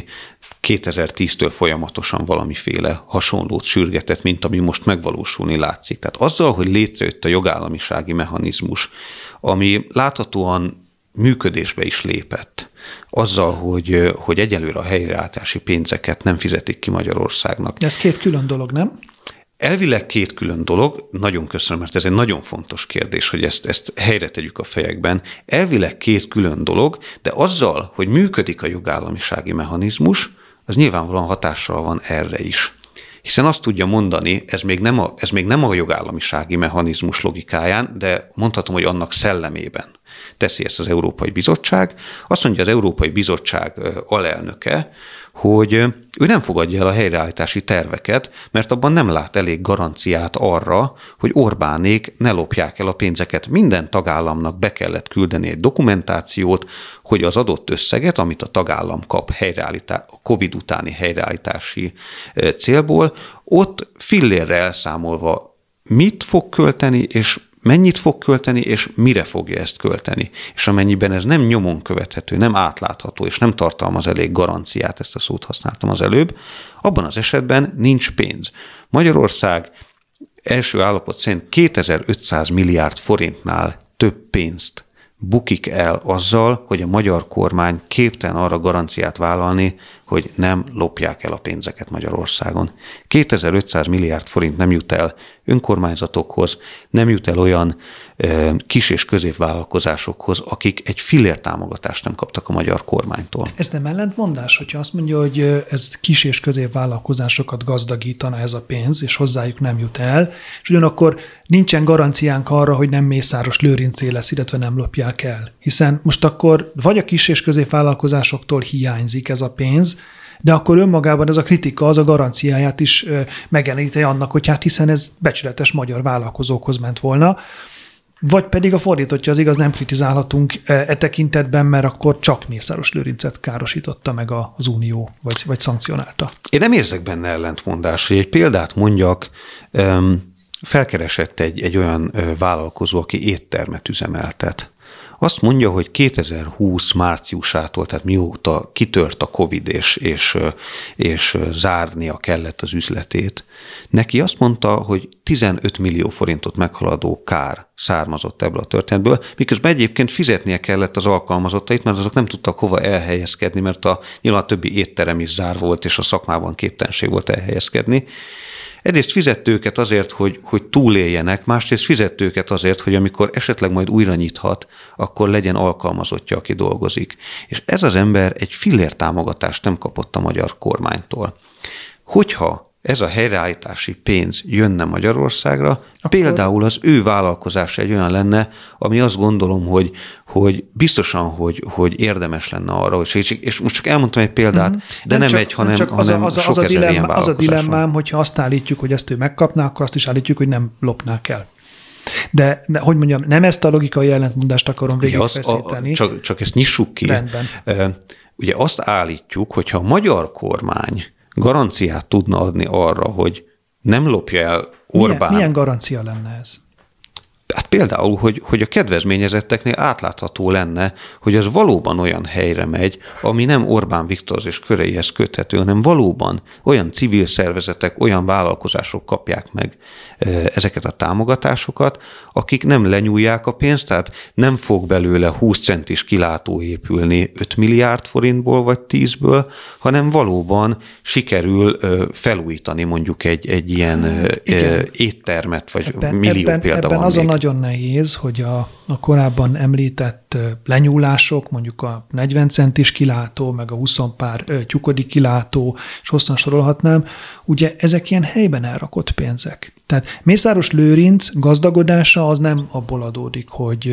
[SPEAKER 3] 2010-től folyamatosan valamiféle hasonlót sürgetett, mint ami most megvalósulni látszik. Tehát azzal, hogy létrejött a jogállamisági mechanizmus, ami láthatóan működésbe is lépett, azzal, hogy egyelőre a helyreállítási pénzeket nem fizetik ki Magyarországnak.
[SPEAKER 2] De ez két külön dolog, nem?
[SPEAKER 3] Elvileg két külön dolog, nagyon köszönöm, mert ez egy nagyon fontos kérdés, hogy ezt helyre tegyük a fejekben. Elvileg két külön dolog, de azzal, hogy működik a jogállamisági mechanizmus, az nyilvánvalóan hatással van erre is. Hiszen azt tudja mondani, ez még nem a jogállamisági mechanizmus logikáján, de mondhatom, hogy annak szellemében teszi ezt az Európai Bizottság. Azt mondja az Európai Bizottság alelnöke, hogy ő nem fogadja el a helyreállítási terveket, mert abban nem lát elég garanciát arra, hogy Orbánék ne lopják el a pénzeket. Minden tagállamnak be kellett küldeni egy dokumentációt, hogy az adott összeget, amit a tagállam kap a Covid utáni helyreállítási célból, ott fillérre elszámolva mit fog költeni, és mennyit fog költeni, és mire fogja ezt költeni. És amennyiben ez nem nyomon követhető, nem átlátható, és nem tartalmaz elég garanciát, ezt a szót használtam az előbb, abban az esetben nincs pénz. Magyarország első állapot szerint 2500 milliárd forintnál több pénzt bukik el azzal, hogy a magyar kormány képtelen arra garanciát vállalni, hogy nem lopják el a pénzeket Magyarországon. 2500 milliárd forint nem jut el önkormányzatokhoz, nem jut el olyan kis- és középvállalkozásokhoz, akik egy fillér támogatást nem kaptak a magyar kormánytól.
[SPEAKER 2] Ez nem ellentmondás, hogyha azt mondja, hogy ez kis- és középvállalkozásokat gazdagítana ez a pénz, és hozzájuk nem jut el, és ugyanakkor nincsen garanciánk arra, hogy nem Mészáros Lőrincé lesz, illetve nem lopják el. Hiszen most akkor vagy a kis- és középvállalkozásoktól hiányzik ez a pénz, de akkor önmagában ez a kritika, az a garanciáját is megjeleníti annak, hogy hát hiszen ez becsületes magyar vállalkozókhoz ment volna, vagy pedig a fordítottja az igaz, nem kritizálhatunk tekintetben, mert akkor csak Mészáros Lőrincet károsította meg az Unió, vagy szankcionálta.
[SPEAKER 3] Én nem érzek benne ellentmondás, hogy egy példát mondjak, felkeresett egy olyan vállalkozó, aki éttermet üzemeltet. Azt mondja, hogy 2020 márciusától, tehát mióta kitört a Covid és zárnia kellett az üzletét, neki azt mondta, hogy 15 millió forintot meghaladó kár származott ebből a történetből, miközben egyébként fizetnie kellett az alkalmazottait, mert azok nem tudtak hova elhelyezkedni, mert nyilván a többi étterem is zár volt, és a szakmában képtelenség volt elhelyezkedni. egyrészt fizett őket azért, hogy túléljenek, másrészt fizett őket azért, hogy amikor esetleg majd újra nyithat, akkor legyen alkalmazottja, aki dolgozik. És ez az ember egy fillér támogatást nem kapott a magyar kormánytól. Hogyha ez a helyreállítási pénz jönne Magyarországra, akkor például az ő vállalkozása egy olyan lenne, ami azt gondolom, hogy biztosan, hogy érdemes lenne arra, hogy segítség. És most csak elmondtam egy példát, de nem egy, hanem sok ezer ilyen vállalkozás
[SPEAKER 2] az a dilemmám, hogyha azt állítjuk, hogy ezt ő megkapná, akkor azt is állítjuk, hogy nem lopnák el. De hogy mondjam, nem ezt a logikai ellentmondást akarom végigfeszíteni.
[SPEAKER 3] Csak ezt nyissuk ki.
[SPEAKER 2] Rendben.
[SPEAKER 3] Ugye azt állítjuk, hogyha a magyar kormány garanciát tudna adni arra, hogy nem lopja el Orbán.
[SPEAKER 2] Milyen garancia lenne ez?
[SPEAKER 3] Hát például, hogy a kedvezményezetteknél átlátható lenne, hogy az valóban olyan helyre megy, ami nem Orbán Viktorhoz és köreihez köthető, hanem valóban olyan civil szervezetek, olyan vállalkozások kapják meg ezeket a támogatásokat, akik nem lenyúlják a pénzt, tehát nem fog belőle 20 centis kilátó épülni 5 milliárd forintból vagy 10-ből, hanem valóban sikerül felújítani mondjuk egy ilyen éttermet, vagy millió példa van még.
[SPEAKER 2] Nagyon nehéz, hogy a korábban említett lenyúlások, mondjuk a 40 centis kilátó, meg a 20 pár tyukodi kilátó, és hosszan sorolhatnám, ugye ezek ilyen helyben elrakott pénzek. Tehát Mészáros Lőrinc gazdagodása az nem abból adódik,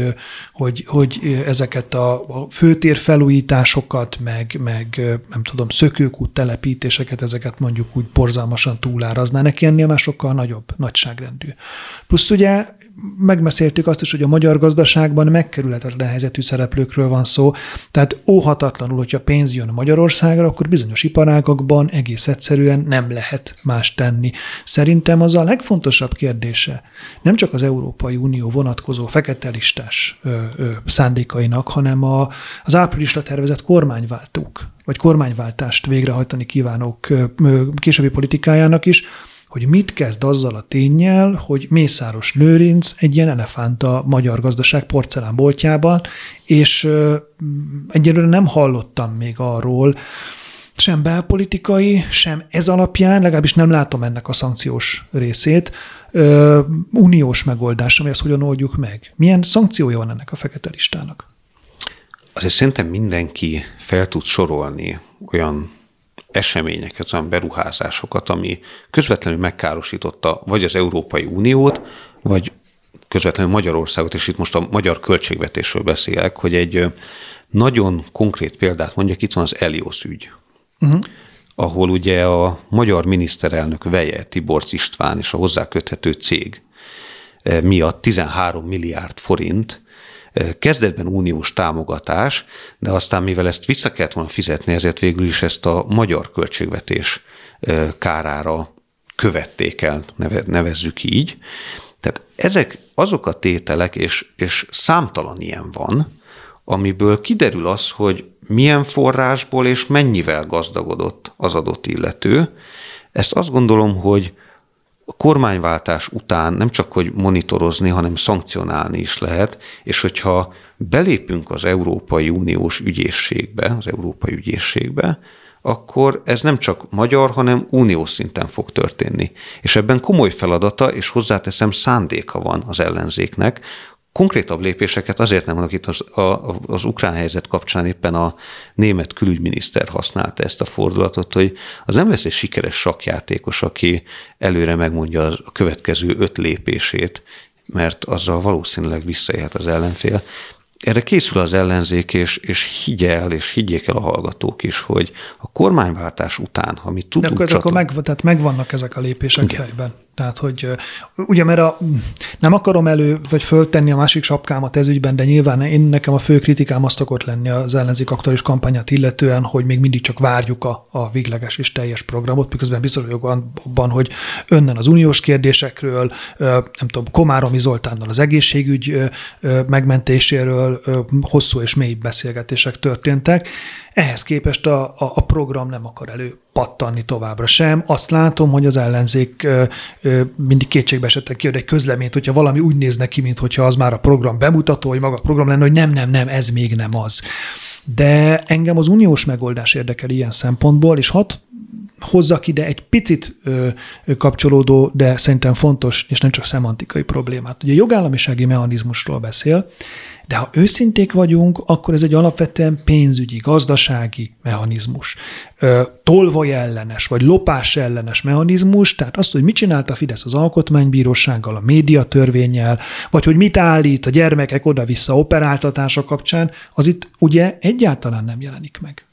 [SPEAKER 2] hogy ezeket a főtér felújításokat, meg nem tudom, szökőkút telepítéseket, ezeket mondjuk úgy borzalmasan túlárazná. Neki ennél már sokkal nagyobb nagyságrendű. Plusz ugye megbeszéltük azt is, hogy a magyar gazdaságban megkerülhetetlen helyzetű szereplőkről van szó, tehát óhatatlanul, hogyha pénz jön Magyarországra, akkor bizonyos iparágakban egész egyszerűen nem lehet más tenni. Szerintem az a legfontosabb kérdése nem csak az Európai Unió vonatkozó fekete listás szándékainak, hanem az áprilisra tervezett kormányváltók, vagy kormányváltást végrehajtani kívánók későbbi politikájának is, hogy mit kezd azzal a ténnyel, hogy Mészáros Lőrinc egy ilyen elefánt a magyar gazdaság porcelánboltjában, és egyelőre nem hallottam még arról, sem belpolitikai, sem ez alapján, legalábbis nem látom ennek a szankciós részét, uniós megoldás, ami ezt hogyan oldjuk meg. Milyen szankciója van ennek a fekete listának?
[SPEAKER 3] Azért szerintem mindenki fel tud sorolni olyan eseményeket, olyan beruházásokat, ami közvetlenül megkárosította vagy az Európai Uniót, vagy közvetlenül Magyarországot, és itt most a magyar költségvetésről beszélek, hogy egy nagyon konkrét példát mondjak, itt van az Elios ügy, ahol ugye a magyar miniszterelnök veje, Tiborcs István és a hozzá köthető cég miatt 13 milliárd forint kezdetben uniós támogatás, de aztán mivel ezt vissza kellett volna fizetni, ezért végül is ezt a magyar költségvetés kárára követték el, nevezzük így. Tehát ezek azok a tételek, és számtalan ilyen van, amiből kiderül az, hogy milyen forrásból és mennyivel gazdagodott az adott illető. Ezt azt gondolom, hogy a kormányváltás után nem csak, hogy monitorozni, hanem szankcionálni is lehet, és hogyha belépünk az Európai Uniós ügyészségbe, az Európai Ügyészségbe, akkor ez nem csak magyar, hanem uniós szinten fog történni. És ebben komoly feladata, és hozzáteszem, szándéka van az ellenzéknek. Konkrétabb lépéseket azért nem mondok, itt az ukrán helyzet kapcsán éppen a német külügyminiszter használta ezt a fordulatot, hogy az nem lesz egy sikeres sakkjátékos, aki előre megmondja a következő 5 lépését, mert azzal valószínűleg visszaélhet az ellenfél. Erre készül az ellenzék, és higgyék el a hallgatók is, hogy a kormányváltás után, ha mi tudunk...
[SPEAKER 2] De akkor megvannak ezek a lépések fejben. Tehát, hogy ugye, mert nem akarom vagy föltenni a másik sapkámat ez ügyben, de nyilván nekem a fő kritikám azt szokott lenni az ellenzék aktuális kampányát illetően, hogy még mindig csak várjuk a végleges és teljes programot, miközben biztos vagyok abban, hogy önnen az uniós kérdésekről, nem tudom, Komáromi Zoltánnal az egészségügy megmentéséről hosszú és mély beszélgetések történtek. Ehhez képest a program nem akar előpattanni továbbra sem. Azt látom, hogy az ellenzék mindig kétségbe esettek kiad egy közleményt, hogyha valami úgy nézne ki, mintha az már a program bemutató, hogy maga a program lenne, hogy nem, ez még nem az. De engem az uniós megoldás érdekel ilyen szempontból, és hadd hozzak ide egy picit kapcsolódó, de szerintem fontos, és nem csak szemantikai problémát. Ugye jogállamisági mechanizmusról beszél, de ha őszinték vagyunk, akkor ez egy alapvetően pénzügyi, gazdasági mechanizmus. Tolvaj ellenes, vagy lopás ellenes mechanizmus, tehát azt, hogy mit csinált a Fidesz az alkotmánybírósággal, a médiatörvénnyel, vagy hogy mit állít a gyermekek oda-vissza operáltatása kapcsán, az itt ugye egyáltalán nem jelenik meg.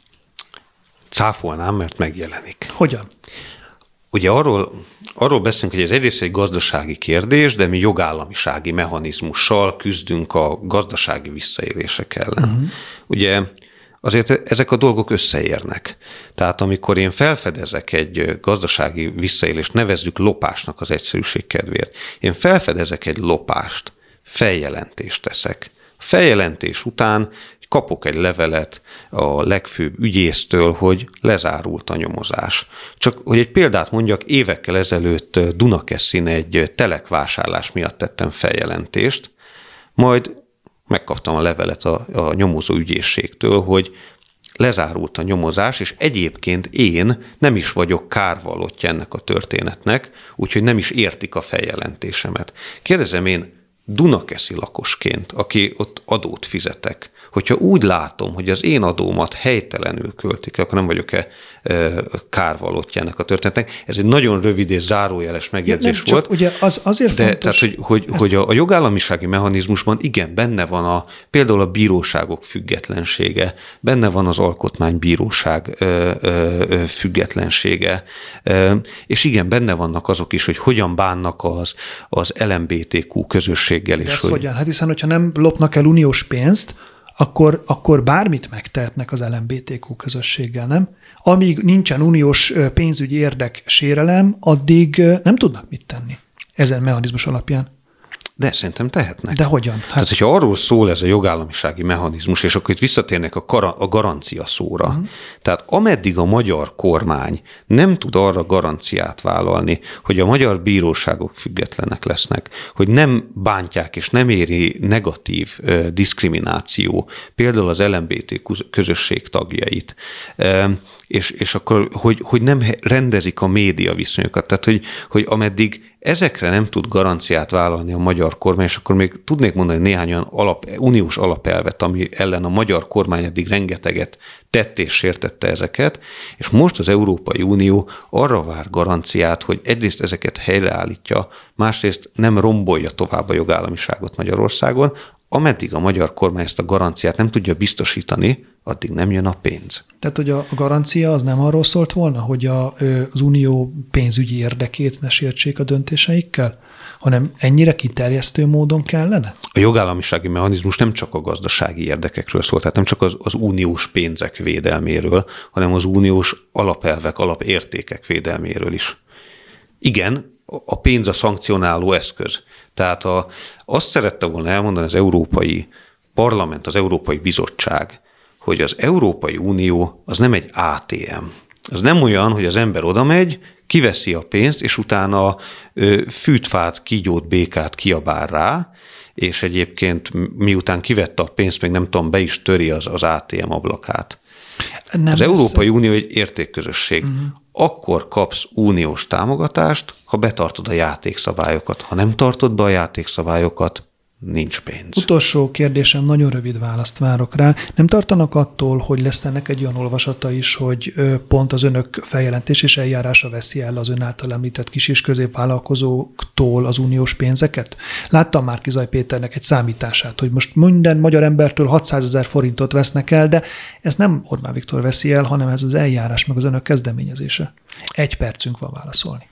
[SPEAKER 3] Cáfolnám, mert megjelenik.
[SPEAKER 2] Hogyan?
[SPEAKER 3] Ugye arról beszélünk, hogy ez egyrészt egy gazdasági kérdés, de mi jogállamisági mechanizmussal küzdünk a gazdasági visszaélések ellen. Uh-huh. Ugye azért ezek a dolgok összeérnek. Tehát amikor én felfedezek egy gazdasági visszaélést, nevezzük lopásnak az egyszerűség kedvéért. Én felfedezek egy lopást, feljelentést teszek. Feljelentés után kapok egy levelet a legfőbb ügyésztől, hogy lezárult a nyomozás. Csak, hogy egy példát mondjak, évekkel ezelőtt Dunakesszin egy telekvásárlás miatt tettem feljelentést, majd megkaptam a levelet a nyomozó ügyészségtől, hogy lezárult a nyomozás, és egyébként én nem is vagyok kárvallottja ennek a történetnek, úgyhogy nem is értik a feljelentésemet. Kérdezem én Dunakeszi lakosként, aki ott adót fizetek, hogyha úgy látom, hogy az én adómat helytelenül költik, akkor nem vagyok-e kárvallottja ennek a történetnek. Ez egy nagyon rövid és zárójeles megjegyzés volt. Csak
[SPEAKER 2] ugye azért
[SPEAKER 3] de,
[SPEAKER 2] fontos...
[SPEAKER 3] Tehát, hogy a jogállamisági mechanizmusban igen, benne van például a bíróságok függetlensége, benne van az alkotmánybíróság függetlensége, és igen, benne vannak azok is, hogy hogyan bánnak az LMBTQ közösséggel is.
[SPEAKER 2] De ez hogyan? Hát hiszen, hogyha nem lopnak el uniós pénzt, akkor bármit megtehetnek az LMBTQ közösséggel, nem? Amíg nincsen uniós pénzügyi érdek sérelem, addig nem tudnak mit tenni ezen mechanizmus alapján.
[SPEAKER 3] De szerintem tehetnek.
[SPEAKER 2] De hogyan?
[SPEAKER 3] Tehát, hogyha arról szól ez a jogállamisági mechanizmus, és akkor itt visszatérnek a garancia szóra. Uh-huh. Tehát ameddig a magyar kormány nem tud arra garanciát vállalni, hogy a magyar bíróságok függetlenek lesznek, hogy nem bántják és nem éri negatív diszkrimináció, például az LMBTQ közösség tagjait, és akkor, hogy nem rendezik a média viszonyokat. Tehát, hogy ameddig ezekre nem tud garanciát vállalni a magyar kormány, és akkor még tudnék mondani néhány olyan uniós alapelvet, ami ellen a magyar kormány eddig rengeteget tett és sértette ezeket, és most az Európai Unió arra vár garanciát, hogy egyrészt ezeket helyreállítja, másrészt nem rombolja tovább a jogállamiságot Magyarországon, ameddig a magyar kormány ezt a garanciát nem tudja biztosítani, addig nem jön a pénz.
[SPEAKER 2] Tehát, hogy a garancia az nem arról szólt volna, hogy az unió pénzügyi érdekét ne sértsék a döntéseikkel, hanem ennyire kiterjesztő módon kellene?
[SPEAKER 3] A jogállamisági mechanizmus nem csak a gazdasági érdekekről szól, tehát nem csak az uniós pénzek védelméről, hanem az uniós alapelvek, alapértékek védelméről is. Igen, a pénz a szankcionáló eszköz. Tehát azt szerette volna elmondani az Európai Parlament, az Európai Bizottság, hogy az Európai Unió az nem egy ATM. Az nem olyan, hogy az ember odamegy, kiveszi a pénzt, és utána fűtfát, kígyót, békát kiabál rá, és egyébként miután kivette a pénzt, még nem tudom, be is töri az ATM ablakát. Nem az Európai Unió egy értékközösség. Uh-huh. Akkor kapsz uniós támogatást, ha betartod a játékszabályokat. Ha nem tartod be a játékszabályokat, nincs pénz.
[SPEAKER 2] Utolsó kérdésem, nagyon rövid választ várok rá. Nem tartanak attól, hogy lesz ennek egy olyan olvasata is, hogy pont az önök feljelentés és eljárása veszi el az ön által említett kis- és középvállalkozóktól az uniós pénzeket? Láttam Márki-Zay Péternek egy számítását, hogy most minden magyar embertől 600 000 forintot vesznek el, de ez nem Orbán Viktor veszi el, hanem ez az eljárás meg az önök kezdeményezése. 1 percünk van válaszolni.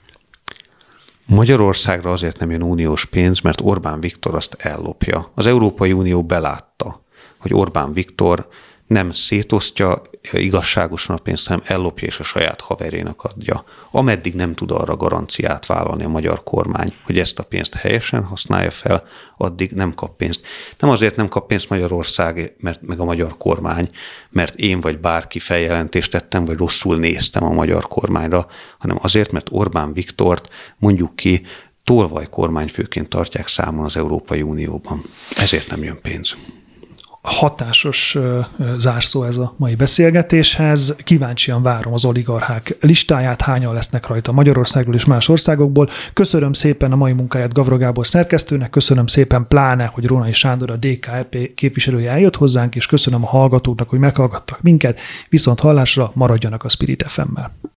[SPEAKER 3] Magyarországra azért nem jön uniós pénz, mert Orbán Viktor azt ellopja. Az Európai Unió belátta, hogy Orbán Viktor nem szétosztja igazságosan a pénzt, hanem ellopja és a saját haverjénak adja. Ameddig nem tud arra garanciát vállalni a magyar kormány, hogy ezt a pénzt helyesen használja fel, addig nem kap pénzt. Nem azért nem kap pénzt Magyarország, meg a magyar kormány, mert én vagy bárki feljelentést tettem, vagy rosszul néztem a magyar kormányra, hanem azért, mert Orbán Viktort mondjuk ki tolvaj kormányfőként tartják számon az Európai Unióban. Ezért nem jön pénz.
[SPEAKER 2] hatásos zárszó ez a mai beszélgetéshez. Kíváncsian várom az oligarchák listáját, hányan lesznek rajta Magyarországról és más országokból. Köszönöm szépen a mai munkáját Gavra Gábor szerkesztőnek, köszönöm szépen pláne, hogy Rónai Sándor, a DK-EP képviselője eljött hozzánk, és köszönöm a hallgatóknak, hogy meghallgattak minket. Viszont hallásra, maradjanak a Spirit FM-mel.